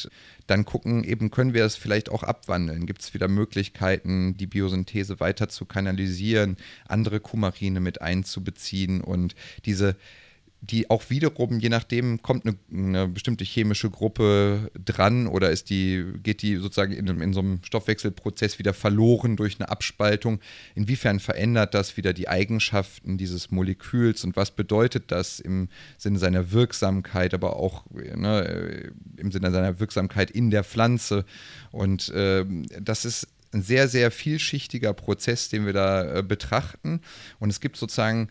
dann gucken, eben können wir es vielleicht auch abwandeln. Gibt es wieder Möglichkeiten, die Biosynthese weiter zu kanalisieren, andere Coumarine mit einzubeziehen und diese, die auch wiederum, je nachdem, kommt eine, eine bestimmte chemische Gruppe dran oder ist die, geht die sozusagen in, in so einem Stoffwechselprozess wieder verloren durch eine Abspaltung. Inwiefern verändert das wieder die Eigenschaften dieses Moleküls und was bedeutet das im Sinne seiner Wirksamkeit, aber auch ne, im Sinne seiner Wirksamkeit in der Pflanze? Und äh, das ist ein sehr, sehr vielschichtiger Prozess, den wir da äh, betrachten. Und es gibt sozusagen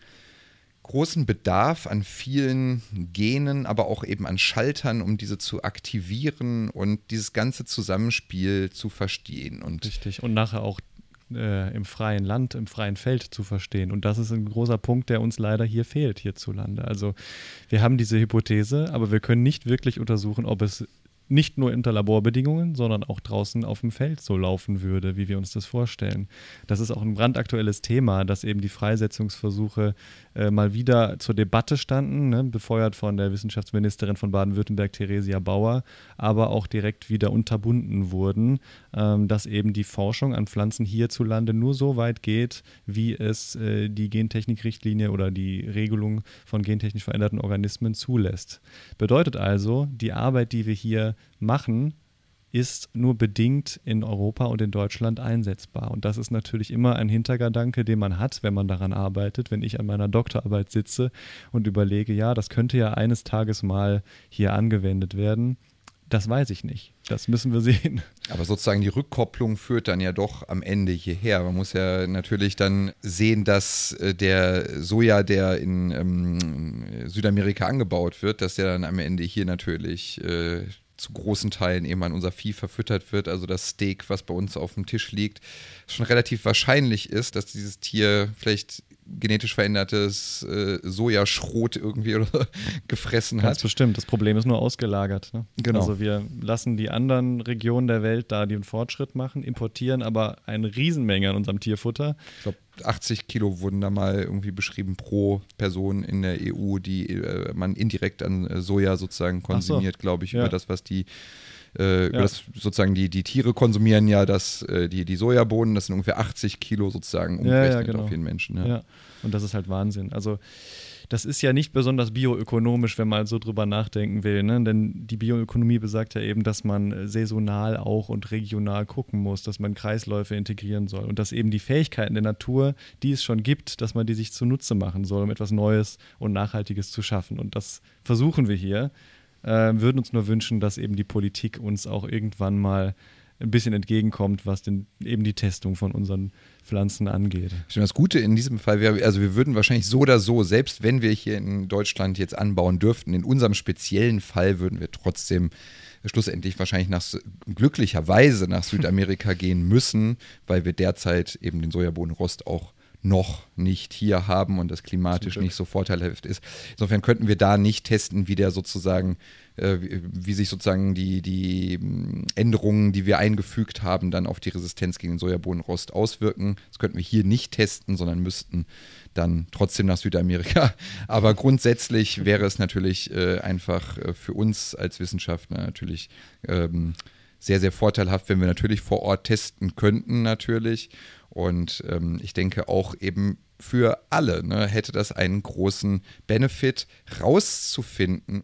großen Bedarf an vielen Genen, aber auch eben an Schaltern, um diese zu aktivieren und dieses ganze Zusammenspiel zu verstehen. Und Richtig, und nachher auch äh, im freien Land, im freien Feld zu verstehen. Und das ist ein großer Punkt, der uns leider hier fehlt hierzulande. Also wir haben diese Hypothese, aber wir können nicht wirklich untersuchen, ob es nicht nur unter Laborbedingungen, sondern auch draußen auf dem Feld so laufen würde, wie wir uns das vorstellen. Das ist auch ein brandaktuelles Thema, dass eben die Freisetzungsversuche äh, mal wieder zur Debatte standen, ne, befeuert von der Wissenschaftsministerin von Baden-Württemberg, Theresia Bauer, aber auch direkt wieder unterbunden wurden, ähm, dass eben die Forschung an Pflanzen hierzulande nur so weit geht, wie es äh, die Gentechnikrichtlinie oder die Regelung von gentechnisch veränderten Organismen zulässt. Bedeutet also, die Arbeit, die wir hier machen, ist nur bedingt in Europa und in Deutschland einsetzbar. Und das ist natürlich immer ein Hintergedanke, den man hat, wenn man daran arbeitet. Wenn ich an meiner Doktorarbeit sitze und überlege, ja, das könnte ja eines Tages mal hier angewendet werden, das weiß ich nicht. Das müssen wir sehen. Aber sozusagen die Rückkopplung führt dann ja doch am Ende hierher. Man muss ja natürlich dann sehen, dass äh, der Soja, der in ähm, Südamerika angebaut wird, dass der dann am Ende hier natürlich äh, zu großen Teilen eben an unser Vieh verfüttert wird. Also das Steak, was bei uns auf dem Tisch liegt, schon relativ wahrscheinlich ist, dass dieses Tier vielleicht genetisch verändertes äh, Sojaschrot irgendwie oder gefressen hat. Ganz bestimmt. Das Problem ist nur ausgelagert. Ne? Genau. Also wir lassen die anderen Regionen der Welt da den Fortschritt machen, importieren aber eine Riesenmenge an unserem Tierfutter. Ich glaube, achtzig Kilo wurden da mal irgendwie beschrieben pro Person in der E U, die äh, man indirekt an äh, Soja sozusagen konsumiert, so. glaube ich, ja. über das, was die Äh, über ja. das sozusagen die, die Tiere konsumieren ja das, äh, die, die Sojabohnen, das sind ungefähr achtzig Kilo sozusagen umgerechnet ja, ja, genau. auf jeden Menschen. Ja. ja, und das ist halt Wahnsinn. Also das ist ja nicht besonders bioökonomisch, wenn man so drüber nachdenken will, ne? Denn die Bioökonomie besagt ja eben, dass man saisonal auch und regional gucken muss, dass man Kreisläufe integrieren soll und dass eben die Fähigkeiten der Natur, die es schon gibt, dass man die sich zunutze machen soll, um etwas Neues und Nachhaltiges zu schaffen. Und das versuchen wir hier. Äh, würden uns nur wünschen, dass eben die Politik uns auch irgendwann mal ein bisschen entgegenkommt, was denn eben die Testung von unseren Pflanzen angeht. Das Gute in diesem Fall wäre, also wir würden wahrscheinlich so oder so, selbst wenn wir hier in Deutschland jetzt anbauen dürften, in unserem speziellen Fall würden wir trotzdem schlussendlich wahrscheinlich nach, glücklicherweise nach Südamerika gehen müssen, weil wir derzeit eben den Sojabohnenrost auch noch nicht hier haben und das klimatisch nicht so vorteilhaft ist. Insofern könnten wir da nicht testen, wie der sozusagen, äh, wie, wie sich sozusagen die, die Änderungen, die wir eingefügt haben, dann auf die Resistenz gegen den Sojabohnenrost auswirken. Das könnten wir hier nicht testen, sondern müssten dann trotzdem nach Südamerika. Aber grundsätzlich wäre es natürlich äh, einfach äh, für uns als Wissenschaftler natürlich ähm, sehr, sehr vorteilhaft, wenn wir natürlich vor Ort testen könnten natürlich. Und ähm, ich denke auch eben für alle ne, hätte das einen großen Benefit, rauszufinden,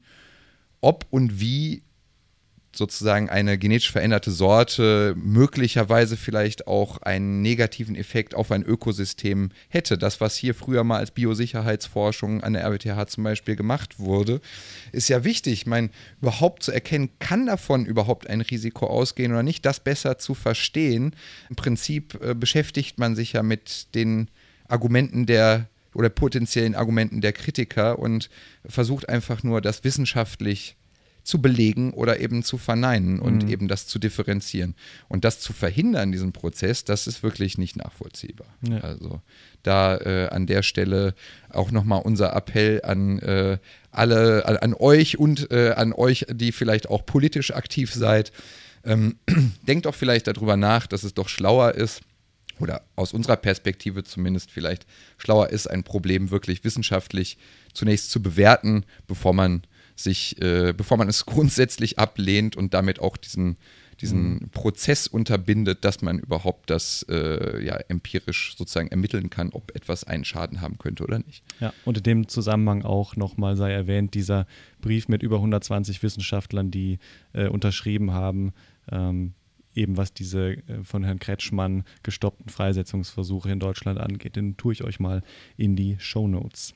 ob und wie sozusagen eine genetisch veränderte Sorte möglicherweise vielleicht auch einen negativen Effekt auf ein Ökosystem hätte. Das, was hier früher mal als Biosicherheitsforschung an der R W T H zum Beispiel gemacht wurde, ist ja wichtig. Ich meine, überhaupt zu erkennen, kann davon überhaupt ein Risiko ausgehen oder nicht, das besser zu verstehen. Im Prinzip äh, beschäftigt man sich ja mit den Argumenten der oder potenziellen Argumenten der Kritiker und versucht einfach nur, das wissenschaftlich zu belegen oder eben zu verneinen und mhm. eben das zu differenzieren. Und das zu verhindern, diesen Prozess, das ist wirklich nicht nachvollziehbar. Ja. Also da äh, an der Stelle auch nochmal unser Appell an äh, alle, an, an euch und äh, an euch, die vielleicht auch politisch aktiv seid. Ähm, denkt doch vielleicht darüber nach, dass es doch schlauer ist, oder aus unserer Perspektive zumindest vielleicht schlauer ist, ein Problem wirklich wissenschaftlich zunächst zu bewerten, bevor man sich, äh, bevor man es grundsätzlich ablehnt und damit auch diesen diesen mhm. Prozess unterbindet, dass man überhaupt das äh, ja, empirisch sozusagen ermitteln kann, ob etwas einen Schaden haben könnte oder nicht. Ja, und in dem Zusammenhang auch nochmal sei erwähnt, dieser Brief mit über hundertzwanzig Wissenschaftlern, die äh, unterschrieben haben, ähm, eben was diese äh, von Herrn Kretschmann gestoppten Freisetzungsversuche in Deutschland angeht. Den tue ich euch mal in die Shownotes.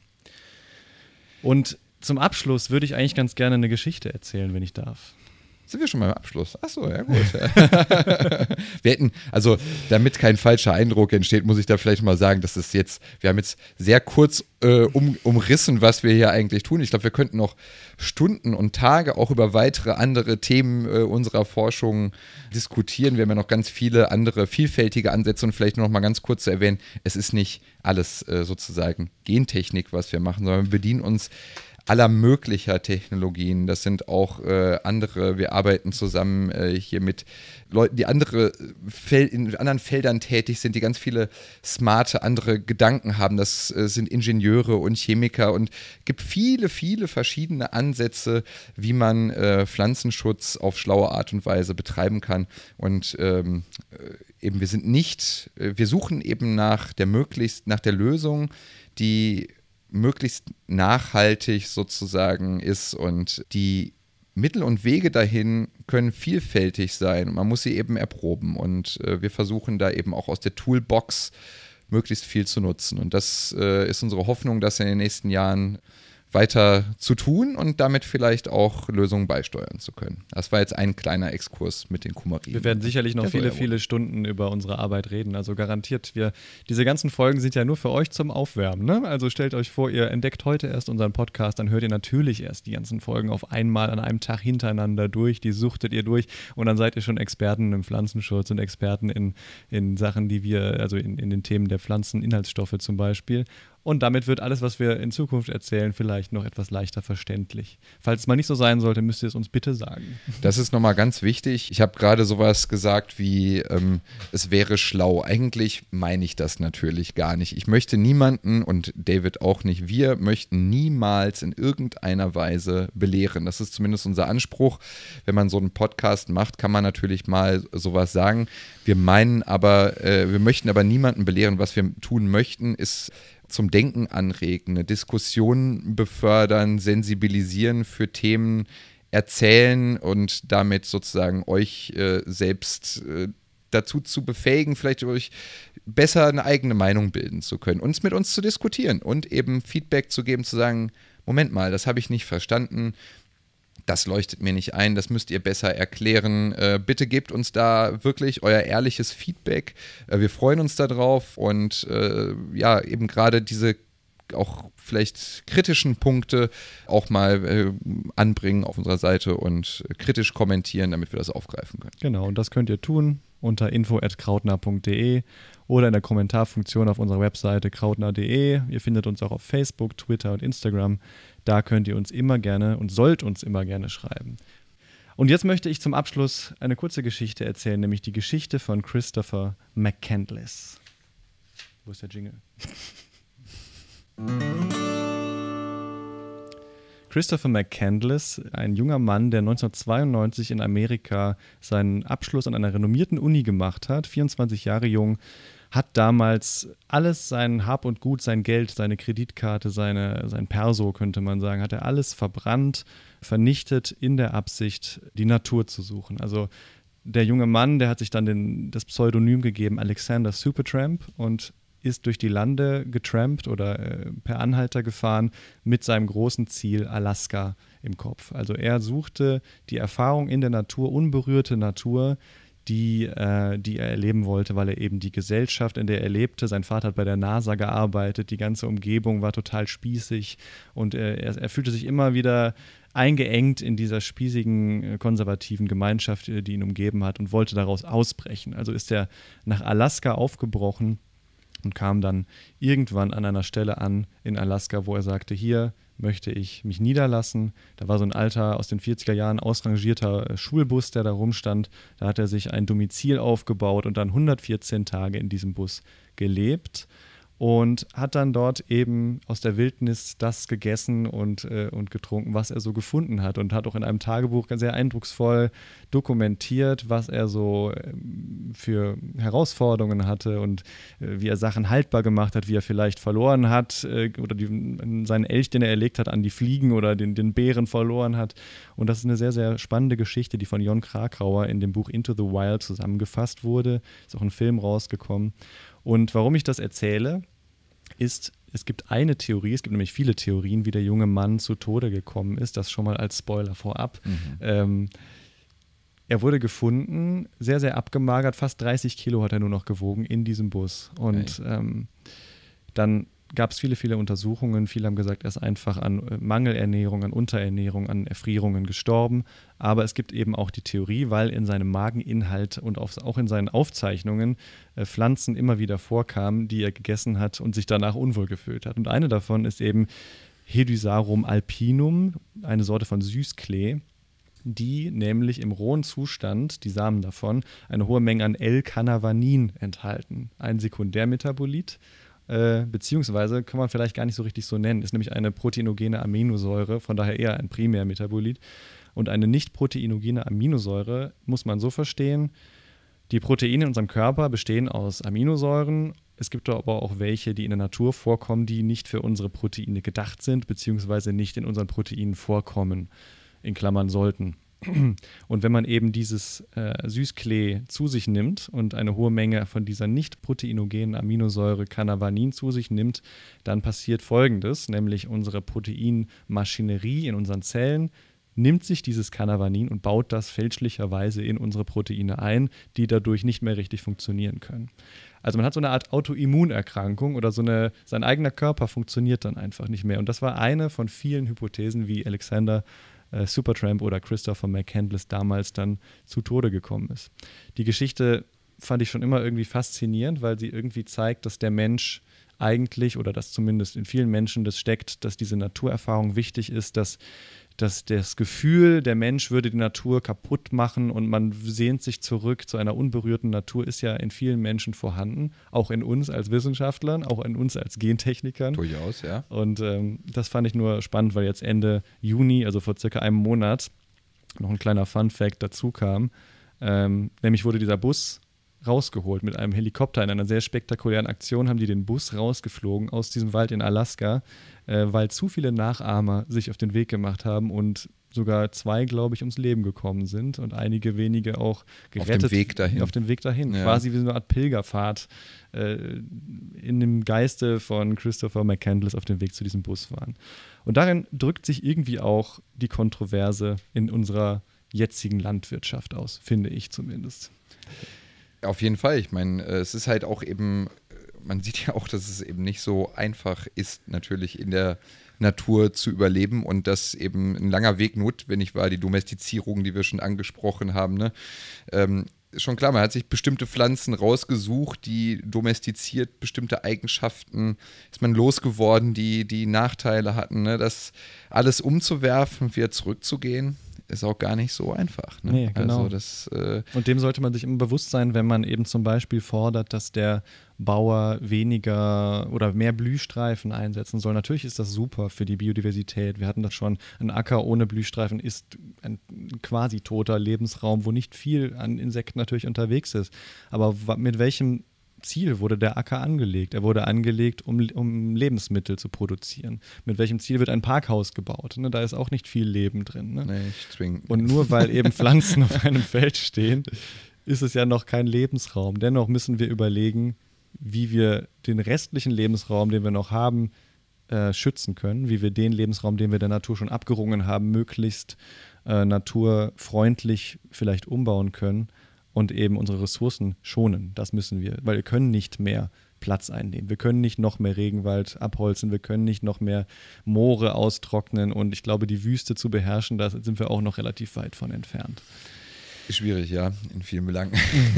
Und zum Abschluss würde ich eigentlich ganz gerne eine Geschichte erzählen, wenn ich darf. Sind wir schon mal im Abschluss? Achso, ja gut. Wir hätten, also damit kein falscher Eindruck entsteht, muss ich da vielleicht mal sagen, dass es jetzt, wir haben jetzt sehr kurz äh, um, umrissen, was wir hier eigentlich tun. Ich glaube, wir könnten noch Stunden und Tage auch über weitere andere Themen äh, unserer Forschung diskutieren. Wir haben ja noch ganz viele andere vielfältige Ansätze und vielleicht nur noch mal ganz kurz zu erwähnen, es ist nicht alles äh, sozusagen Gentechnik, was wir machen, sondern wir bedienen uns aller möglicher Technologien. Das sind auch äh, andere, wir arbeiten zusammen äh, hier mit Leuten, die andere Fel- in anderen Feldern tätig sind, die ganz viele smarte andere Gedanken haben. Das äh, sind Ingenieure und Chemiker und gibt viele, viele verschiedene Ansätze, wie man äh, Pflanzenschutz auf schlaue Art und Weise betreiben kann. Und ähm, eben wir sind nicht, wir suchen eben nach der möglichst, nach der Lösung, die möglichst nachhaltig sozusagen ist und die Mittel und Wege dahin können vielfältig sein. Man muss sie eben erproben und äh, wir versuchen da eben auch aus der Toolbox möglichst viel zu nutzen. Und das äh, ist unsere Hoffnung, das in den nächsten Jahren weiter zu tun und damit vielleicht auch Lösungen beisteuern zu können. Das war jetzt ein kleiner Exkurs mit den Kumarinen. Wir werden sicherlich noch viele, viele Stunden über unsere Arbeit reden. Also garantiert, wir, diese ganzen Folgen sind ja nur für euch zum Aufwärmen. Ne? Also stellt euch vor, ihr entdeckt heute erst unseren Podcast, dann hört ihr natürlich erst die ganzen Folgen auf einmal an einem Tag hintereinander durch, die suchtet ihr durch und dann seid ihr schon Experten im Pflanzenschutz und Experten in, in Sachen, die wir, also in, in den Themen der Pflanzeninhaltsstoffe zum Beispiel. Und damit wird alles, was wir in Zukunft erzählen, vielleicht noch etwas leichter verständlich. Falls es mal nicht so sein sollte, müsst ihr es uns bitte sagen. Das ist nochmal ganz wichtig. Ich habe gerade sowas gesagt wie, ähm, es wäre schlau. Eigentlich meine ich das natürlich gar nicht. Ich möchte niemanden, und David auch nicht, wir möchten niemals in irgendeiner Weise belehren. Das ist zumindest unser Anspruch. Wenn man so einen Podcast macht, kann man natürlich mal sowas sagen. Wir meinen aber, äh, wir möchten aber niemanden belehren. Was wir tun möchten, ist zum Denken anregen, eine Diskussion befördern, sensibilisieren für Themen, erzählen und damit sozusagen euch äh, selbst äh, dazu zu befähigen, vielleicht euch besser eine eigene Meinung bilden zu können, uns mit uns zu diskutieren und eben Feedback zu geben, zu sagen, Moment mal, das habe ich nicht verstanden, das leuchtet mir nicht ein, das müsst ihr besser erklären. Äh, bitte gebt uns da wirklich euer ehrliches Feedback. Äh, wir freuen uns darauf und äh, ja, eben gerade diese auch vielleicht kritischen Punkte auch mal äh, anbringen auf unserer Seite und äh, kritisch kommentieren, damit wir das aufgreifen können. Genau, und das könnt ihr tun unter info at krautner punkt de oder in der Kommentarfunktion auf unserer Webseite krautner punkt de. Ihr findet uns auch auf Facebook, Twitter und Instagram. Da könnt ihr uns immer gerne und sollt uns immer gerne schreiben. Und jetzt möchte ich zum Abschluss eine kurze Geschichte erzählen, nämlich die Geschichte von Christopher McCandless. Wo ist der Jingle? Christopher McCandless, ein junger Mann, der neunzehnhundertzweiundneunzig in Amerika seinen Abschluss an einer renommierten Uni gemacht hat, vierundzwanzig Jahre jung, hat damals alles, sein Hab und Gut, sein Geld, seine Kreditkarte, seine, sein Perso, könnte man sagen, hat er alles verbrannt, vernichtet in der Absicht, die Natur zu suchen. Also der junge Mann, der hat sich dann den, das Pseudonym gegeben, Alexander Supertramp, und ist durch die Lande getrampt oder äh, per Anhalter gefahren mit seinem großen Ziel Alaska im Kopf. Also er suchte die Erfahrung in der Natur, unberührte Natur, die, äh, die er erleben wollte, weil er eben die Gesellschaft, in der er lebte, sein Vater hat bei der NASA gearbeitet, die ganze Umgebung war total spießig und äh, er, er fühlte sich immer wieder eingeengt in dieser spießigen, konservativen Gemeinschaft, die ihn umgeben hat, und wollte daraus ausbrechen. Also ist er nach Alaska aufgebrochen und kam dann irgendwann an einer Stelle an in Alaska, wo er sagte, hier möchte ich mich niederlassen. Da war so ein alter, aus den vierziger Jahren ausrangierter Schulbus, der da rumstand. Da hat er sich ein Domizil aufgebaut und dann hundertvierzehn Tage in diesem Bus gelebt. und hat dann dort eben aus der Wildnis das gegessen und, äh, und getrunken, was er so gefunden hat, und hat auch in einem Tagebuch sehr eindrucksvoll dokumentiert, was er so ähm, für Herausforderungen hatte und äh, wie er Sachen haltbar gemacht hat, wie er vielleicht verloren hat äh, oder die, seinen Elch, den er erlegt hat, an die Fliegen oder den, den Bären verloren hat. Und das ist eine sehr, sehr spannende Geschichte, die von Jon Krakauer in dem Buch Into the Wild zusammengefasst wurde. Ist auch ein Film rausgekommen. Und warum ich das erzähle, ist, es gibt eine Theorie, es gibt nämlich viele Theorien, wie der junge Mann zu Tode gekommen ist, das schon mal als Spoiler vorab. Mhm. Ähm, er wurde gefunden, sehr, sehr abgemagert, fast dreißig Kilo hat er nur noch gewogen in diesem Bus. Und okay. ähm, dann gab es viele, viele Untersuchungen. Viele haben gesagt, er ist einfach an Mangelernährung, an Unterernährung, an Erfrierungen gestorben. Aber es gibt eben auch die Theorie, weil in seinem Mageninhalt und auch in seinen Aufzeichnungen äh, Pflanzen immer wieder vorkamen, die er gegessen hat und sich danach unwohl gefühlt hat. Und eine davon ist eben Hedysarum alpinum, eine Sorte von Süßklee, die nämlich im rohen Zustand, die Samen davon, eine hohe Menge an L-Canavanin enthalten. Ein Sekundärmetabolit. Äh, beziehungsweise kann man vielleicht gar nicht so richtig so nennen, ist nämlich eine proteinogene Aminosäure, von daher eher ein Primärmetabolit. Und eine nicht proteinogene Aminosäure muss man so verstehen, die Proteine in unserem Körper bestehen aus Aminosäuren. Es gibt aber auch welche, die in der Natur vorkommen, die nicht für unsere Proteine gedacht sind, beziehungsweise nicht in unseren Proteinen vorkommen, in Klammern sollten. Und wenn man eben dieses äh, Süßklee zu sich nimmt und eine hohe Menge von dieser nicht proteinogenen Aminosäure Canavanin zu sich nimmt, dann passiert Folgendes, nämlich unsere Proteinmaschinerie in unseren Zellen nimmt sich dieses Canavanin und baut das fälschlicherweise in unsere Proteine ein, die dadurch nicht mehr richtig funktionieren können. Also man hat so eine Art Autoimmunerkrankung oder so eine, sein eigener Körper funktioniert dann einfach nicht mehr. Und das war eine von vielen Hypothesen, wie Alexander Äh, Supertramp oder Christopher McCandless damals dann zu Tode gekommen ist. Die Geschichte fand ich schon immer irgendwie faszinierend, weil sie irgendwie zeigt, dass der Mensch eigentlich, oder dass zumindest in vielen Menschen das steckt, dass diese Naturerfahrung wichtig ist, dass, dass das Gefühl, der Mensch würde die Natur kaputt machen und man sehnt sich zurück zu einer unberührten Natur, ist ja in vielen Menschen vorhanden, auch in uns als Wissenschaftlern, auch in uns als Gentechnikern. Durchaus, ja. Und ähm, das fand ich nur spannend, weil jetzt Ende Juni, also vor circa einem Monat, noch ein kleiner Fun-Fact dazu kam, ähm, nämlich wurde dieser Bus rausgeholt mit einem Helikopter. In einer sehr spektakulären Aktion haben die den Bus rausgeflogen aus diesem Wald in Alaska, äh, weil zu viele Nachahmer sich auf den Weg gemacht haben und sogar zwei, glaube ich, ums Leben gekommen sind und einige wenige auch gerettet. Auf dem Weg dahin. Auf dem Weg dahin. Ja. Quasi wie so eine Art Pilgerfahrt äh, in dem Geiste von Christopher McCandless auf dem Weg zu diesem Bus waren. Und darin drückt sich irgendwie auch die Kontroverse in unserer jetzigen Landwirtschaft aus, finde ich zumindest. Auf jeden Fall. Ich meine, es ist halt auch eben, man sieht ja auch, dass es eben nicht so einfach ist, natürlich in der Natur zu überleben und dass eben ein langer Weg notwendig war, die Domestizierung, die wir schon angesprochen haben, ne? Ähm, schon klar, man hat sich bestimmte Pflanzen rausgesucht, die domestiziert, bestimmte Eigenschaften ist man losgeworden, die, die Nachteile hatten, ne? Das alles umzuwerfen und wieder zurückzugehen, ist auch gar nicht so einfach. Ne? Nee, genau. Also das, äh und dem sollte man sich immer bewusst sein, wenn man eben zum Beispiel fordert, dass der Bauer weniger oder mehr Blühstreifen einsetzen soll. Natürlich ist das super für die Biodiversität. Wir hatten das schon, ein Acker ohne Blühstreifen ist ein quasi toter Lebensraum, wo nicht viel an Insekten natürlich unterwegs ist. Aber mit welchem Ziel wurde der Acker angelegt? Er wurde angelegt, um, um Lebensmittel zu produzieren. Mit welchem Ziel wird ein Parkhaus gebaut? Ne, da ist auch nicht viel Leben drin. Ne? Nee, ich zwing. Und nur weil eben Pflanzen auf einem Feld stehen, ist es ja noch kein Lebensraum. Dennoch müssen wir überlegen, wie wir den restlichen Lebensraum, den wir noch haben, äh, schützen können, wie wir den Lebensraum, den wir der Natur schon abgerungen haben, möglichst äh, naturfreundlich vielleicht umbauen können und eben unsere Ressourcen schonen. Das müssen wir, weil wir können nicht mehr Platz einnehmen. Wir können nicht noch mehr Regenwald abholzen, wir können nicht noch mehr Moore austrocknen und ich glaube, die Wüste zu beherrschen, da sind wir auch noch relativ weit von entfernt. Schwierig, ja, in vielen Belangen.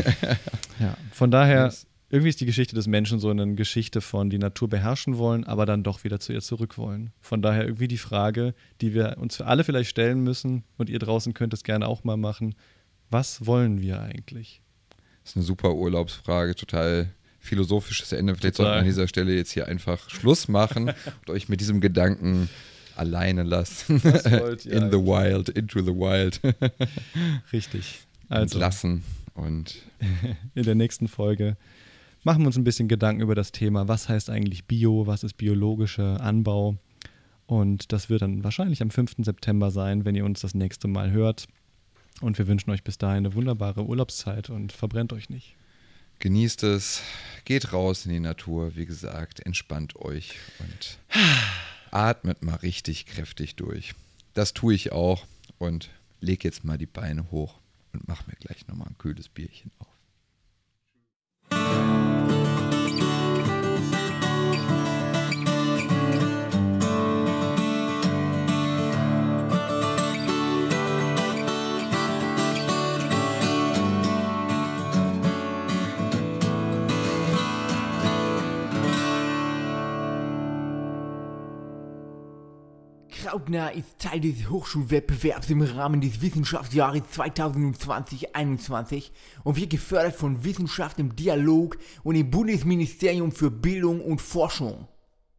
Ja, von daher, irgendwie ist die Geschichte des Menschen so eine Geschichte von die Natur beherrschen wollen, aber dann doch wieder zu ihr zurück wollen. Von daher irgendwie die Frage, die wir uns für alle vielleicht stellen müssen und ihr draußen könnt es gerne auch mal machen: Was wollen wir eigentlich? Das ist eine super Urlaubsfrage, total philosophisches Ende. Vielleicht sollten wir an dieser Stelle jetzt hier einfach Schluss machen und euch mit diesem Gedanken alleine lassen. Wollt, ja, In the wild, into the wild. Richtig. Also, entlassen. Und in der nächsten Folge machen wir uns ein bisschen Gedanken über das Thema, was heißt eigentlich Bio, was ist biologischer Anbau. Und das wird dann wahrscheinlich am fünften September sein, wenn ihr uns das nächste Mal hört. Und wir wünschen euch bis dahin eine wunderbare Urlaubszeit und verbrennt euch nicht. Genießt es, geht raus in die Natur, wie gesagt, entspannt euch und atmet mal richtig kräftig durch. Das tue ich auch und leg jetzt mal die Beine hoch und mach mir gleich nochmal ein kühles Bierchen auf. Krautnah ist Teil des Hochschulwettbewerbs im Rahmen des Wissenschaftsjahres zwanzig zwanzig einundzwanzig und wird gefördert von Wissenschaft im Dialog und dem Bundesministerium für Bildung und Forschung.